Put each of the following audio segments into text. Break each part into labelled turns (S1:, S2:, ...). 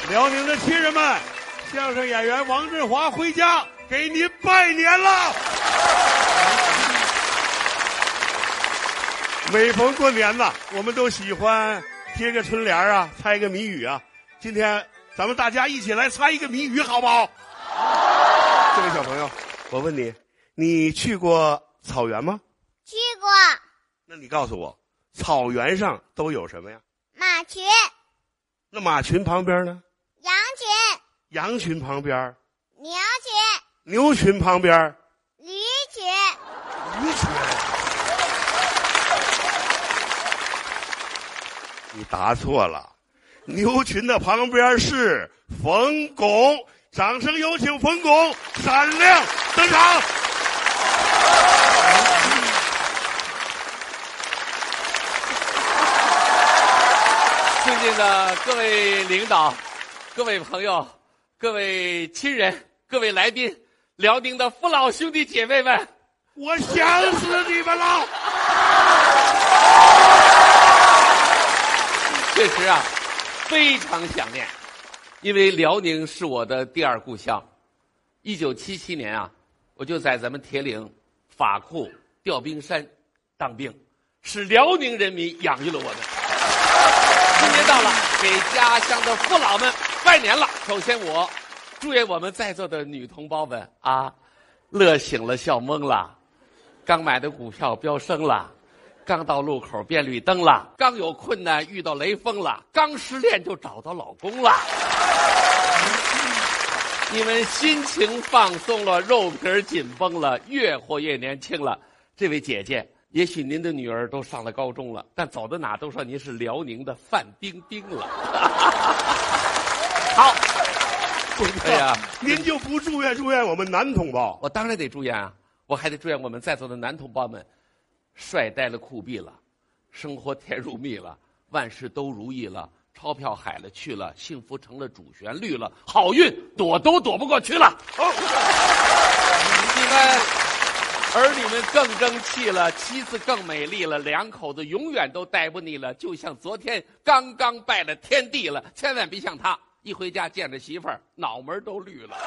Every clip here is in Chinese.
S1: 辽宁的亲人们，相声演员王振华回家给您拜年了。每逢过年呐，我们都喜欢贴个春联啊，猜个谜语啊。今天咱们大家一起来猜一个谜语，好不好？这位小朋友，我问你，你去过草原吗？
S2: 去过。
S1: 那你告诉我，草原上都有什么呀？
S2: 马群。
S1: 那马群旁边呢？
S2: 羊群。
S1: 羊群旁边？
S2: 牛群。
S1: 牛群旁边？
S2: 驴群。
S1: 驴群。你答错了，牛群的旁边是冯巩。掌声有请冯巩闪亮登场。
S3: 尊敬的各位领导、各位朋友、各位亲人、各位来宾，辽宁的父老兄弟姐妹们，
S1: 我想死你们了！
S3: 确实啊，非常想念，因为辽宁是我的第二故乡。1977年啊，我就在咱们铁岭法库调兵山当兵，是辽宁人民养育了我们。春节到了，给家乡的父老们拜年了。首先我祝愿我们在座的女同胞们啊，乐醒了，笑懵了，刚买的股票飙升了，刚到路口变绿灯了，刚有困难遇到雷锋了，刚失恋就找到老公了。你们心情放松了，肉皮紧绷了，越活越年轻了。这位姐姐，也许您的女儿都上了高中了，但走到哪都说您是辽宁的范冰冰了。好，
S1: 哎呀，您就不祝愿我们男同胞？
S3: 我当然得祝愿啊，我还得祝愿我们在座的男同胞们，帅呆了，酷毙了，生活甜如蜜了，万事都如意了，钞票海了去了，幸福成了主旋律了，好运躲都躲不过去了。你们儿女们更争气了，妻子更美丽了，两口子永远都待不腻了，就像昨天刚刚拜了天地了。千万别像他，一回家见着媳妇儿，脑门都绿了。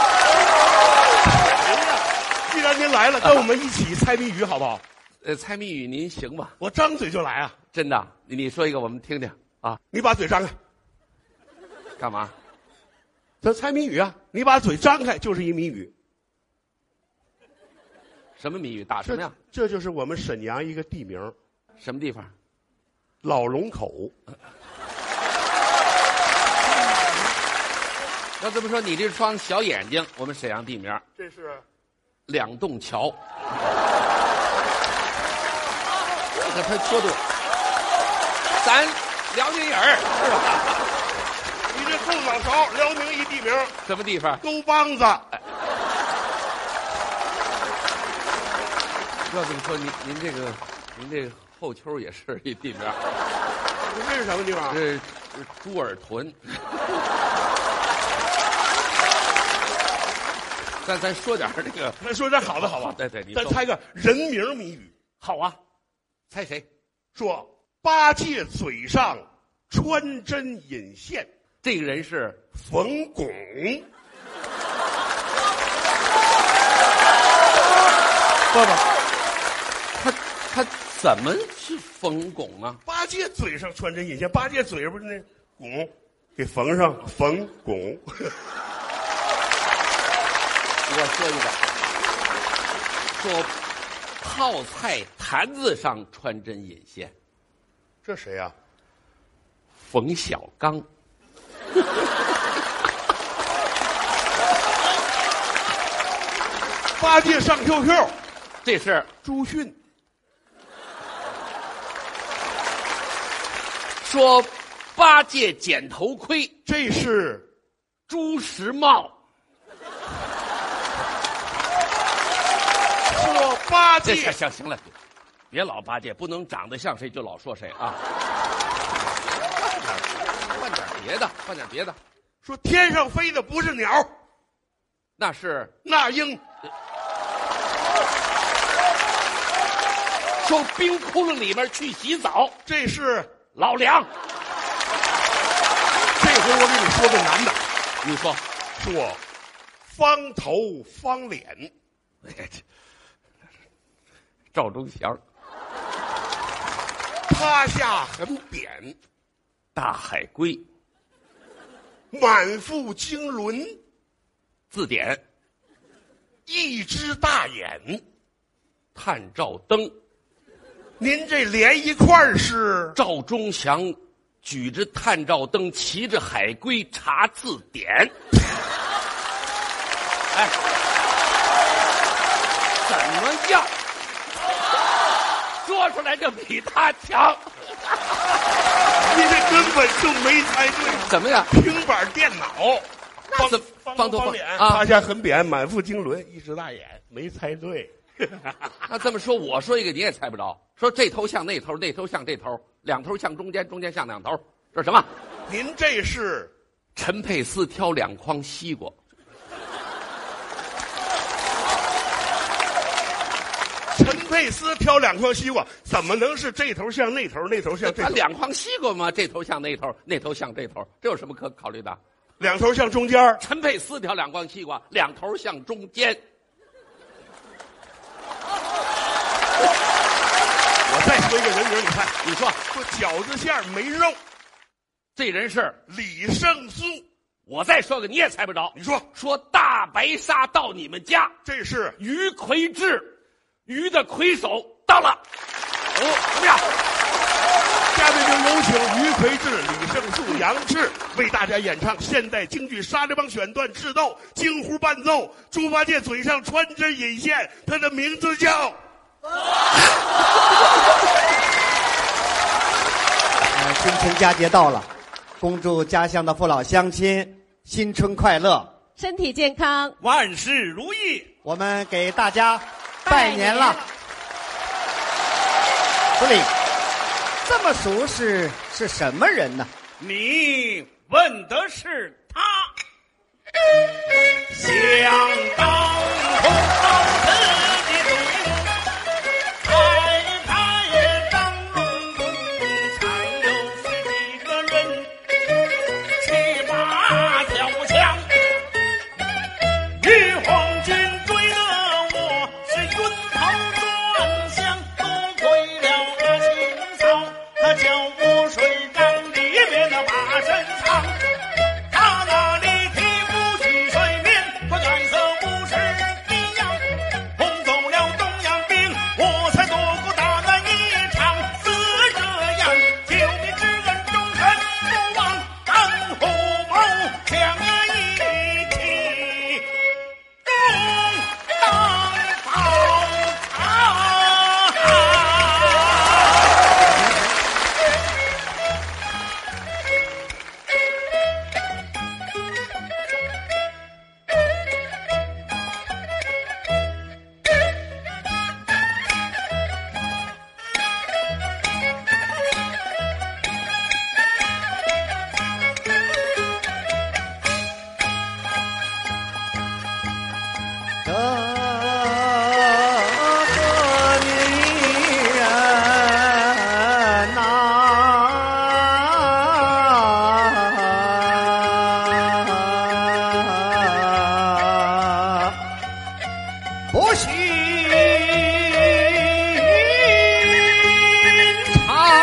S1: 既然您来了，跟我们一起猜谜语好不好？
S3: 猜谜语您行吧？
S1: 我张嘴就来啊！
S3: 真的，你说一个我们听听啊！
S1: 你把嘴张开，
S3: 干嘛？
S1: 咱猜谜语啊！你把嘴张开就是一谜语。
S3: 什么谜语？打什么呀？
S1: 这就是我们沈阳一个地名。
S3: 什么地方？
S1: 老龙口。
S3: 要这么说，你这双小眼睛，我们沈阳地名。
S1: 这是
S3: 两洞桥。这个他说的，咱辽宁人是吧？
S1: 你这后脑勺，辽宁一地名。
S3: 什么地方？
S1: 沟帮子。
S3: 要这么说，您这个后丘也是一地名。
S1: 这是什么地方？
S3: 这是猪耳屯。咱说点这个，
S1: 咱说点好的好吧？
S3: 对，
S1: 咱猜个人名谜语。
S3: 好啊，猜谁？
S1: 说八戒嘴上穿针引线，
S3: 这个人是
S1: 冯巩。
S3: 爸爸。他怎么是冯巩啊？
S1: 八戒嘴上穿针引线，八戒嘴上不是那巩给缝上，冯巩。
S3: 我说一个，说泡菜坛子上穿针引线，
S1: 这谁呀？
S3: 冯小刚。
S1: 八戒上 QQ，
S3: 这是
S1: 朱迅。
S3: 说八戒捡头盔，
S1: 这是
S3: 朱时茂。
S1: 说八戒，
S3: 行了，别老八戒，不能长得像谁就老说谁啊。换点别的。
S1: 说天上飞的不是鸟，
S3: 那是
S1: 那英。
S3: 说冰窟窿里面去洗澡，
S1: 这是
S3: 老梁。
S1: 这回回我给你说个男的，
S3: 你说，
S1: 说方头方脸，
S3: 赵忠祥，
S1: 趴下很扁，
S3: 大海龟，
S1: 满腹经纶，
S3: 字典，
S1: 一只大眼，
S3: 探照灯。
S1: 您这连一块儿是
S3: 赵忠祥举着探照灯，骑着海龟查字典。哎，怎么样？说出来就比他强。
S1: 你这根本就没猜对。
S3: 怎么样？
S1: 平板电脑，
S3: 那怎
S1: 方头方脸，
S3: 啊
S1: 趴下很扁，满腹经纶，一只大眼，没猜对。
S3: 那这么说，我说一个你也猜不着。说这头像那头，那头像这头，两头像中间，中间像两头，这是什么？
S1: 您这是
S3: 陈佩斯挑两筐西瓜。
S1: 陈佩斯挑两筐西瓜，怎么能是这头像那头，那头像这
S3: 他
S1: 头？
S3: 两筐西瓜嘛，这头像那头，那头像这头，这有什么可考虑的？
S1: 两头像中间。
S3: 陈佩斯挑两筐西瓜，两头向中间。
S1: 我再说一个人名，你看，
S3: 你说
S1: 说饺子馅儿没肉，
S3: 这人是？
S1: 李胜素。
S3: 我再说个你也猜不着。
S1: 你说
S3: 说大白鲨到你们家，
S1: 这是
S3: 于魁智，鱼的魁首到了。怎么样？
S1: 下面就有请于魁智、李胜素、杨赤为大家演唱现代京剧《沙家浜》选段智斗，京胡伴奏，猪八戒嘴上穿针引线，他的名字叫。
S4: 新春佳节到了，恭祝家乡的父老乡亲新春快乐，
S5: 身体健康，
S6: 万事如意。
S4: 我们给大家拜年了。司令，这么熟识是什么人呢？
S6: 你问的是他，想当初到自己中，太太张荣公才有十几个人，骑马跳枪，玉皇军追了我，是晕头转向，多亏了那青草，他叫我水缸里面的把身藏，他那里皮肤举水面，可颜色不是一样，轰走了东洋兵，我才躲过大难一场，是这样，救命之恩终身不忘，当父母强一起共当宝藏。
S4: 这个女人呐，不寻常。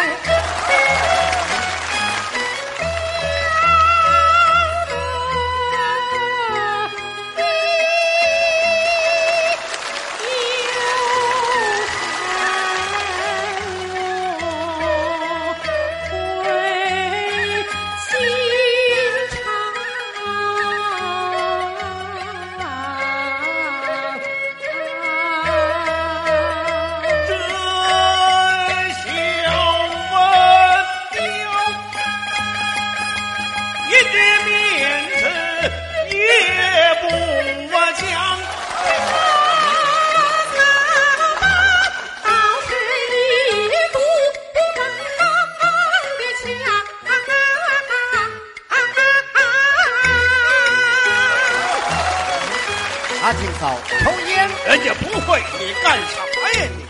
S4: 阿庆嫂抽烟，
S6: 人家不会，你干什么呀你？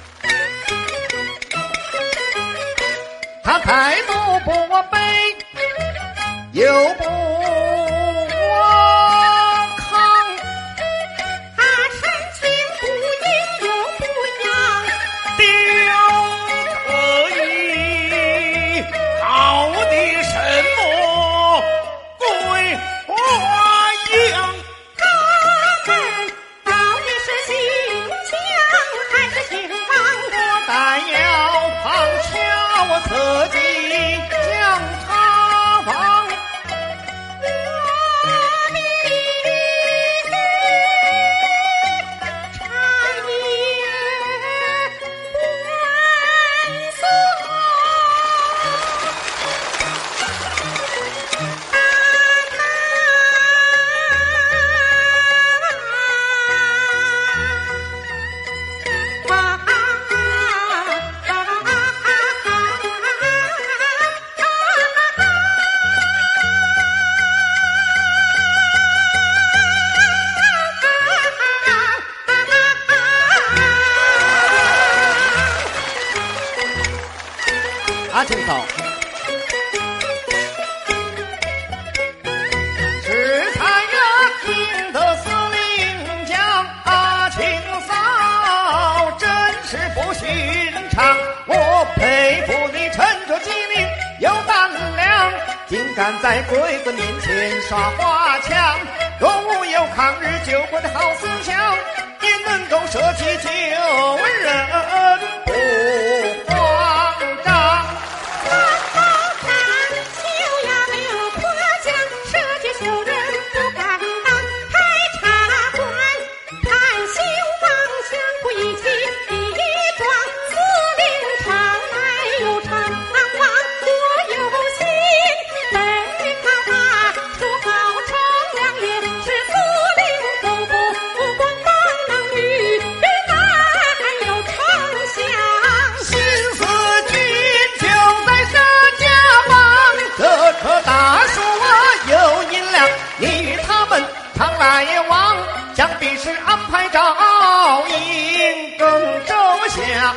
S4: 他态度不卑，又不敢在鬼子面前耍花枪。若无有抗日救国的好思想，也能够舍己救人，不慌张。想必是安排照应更周详。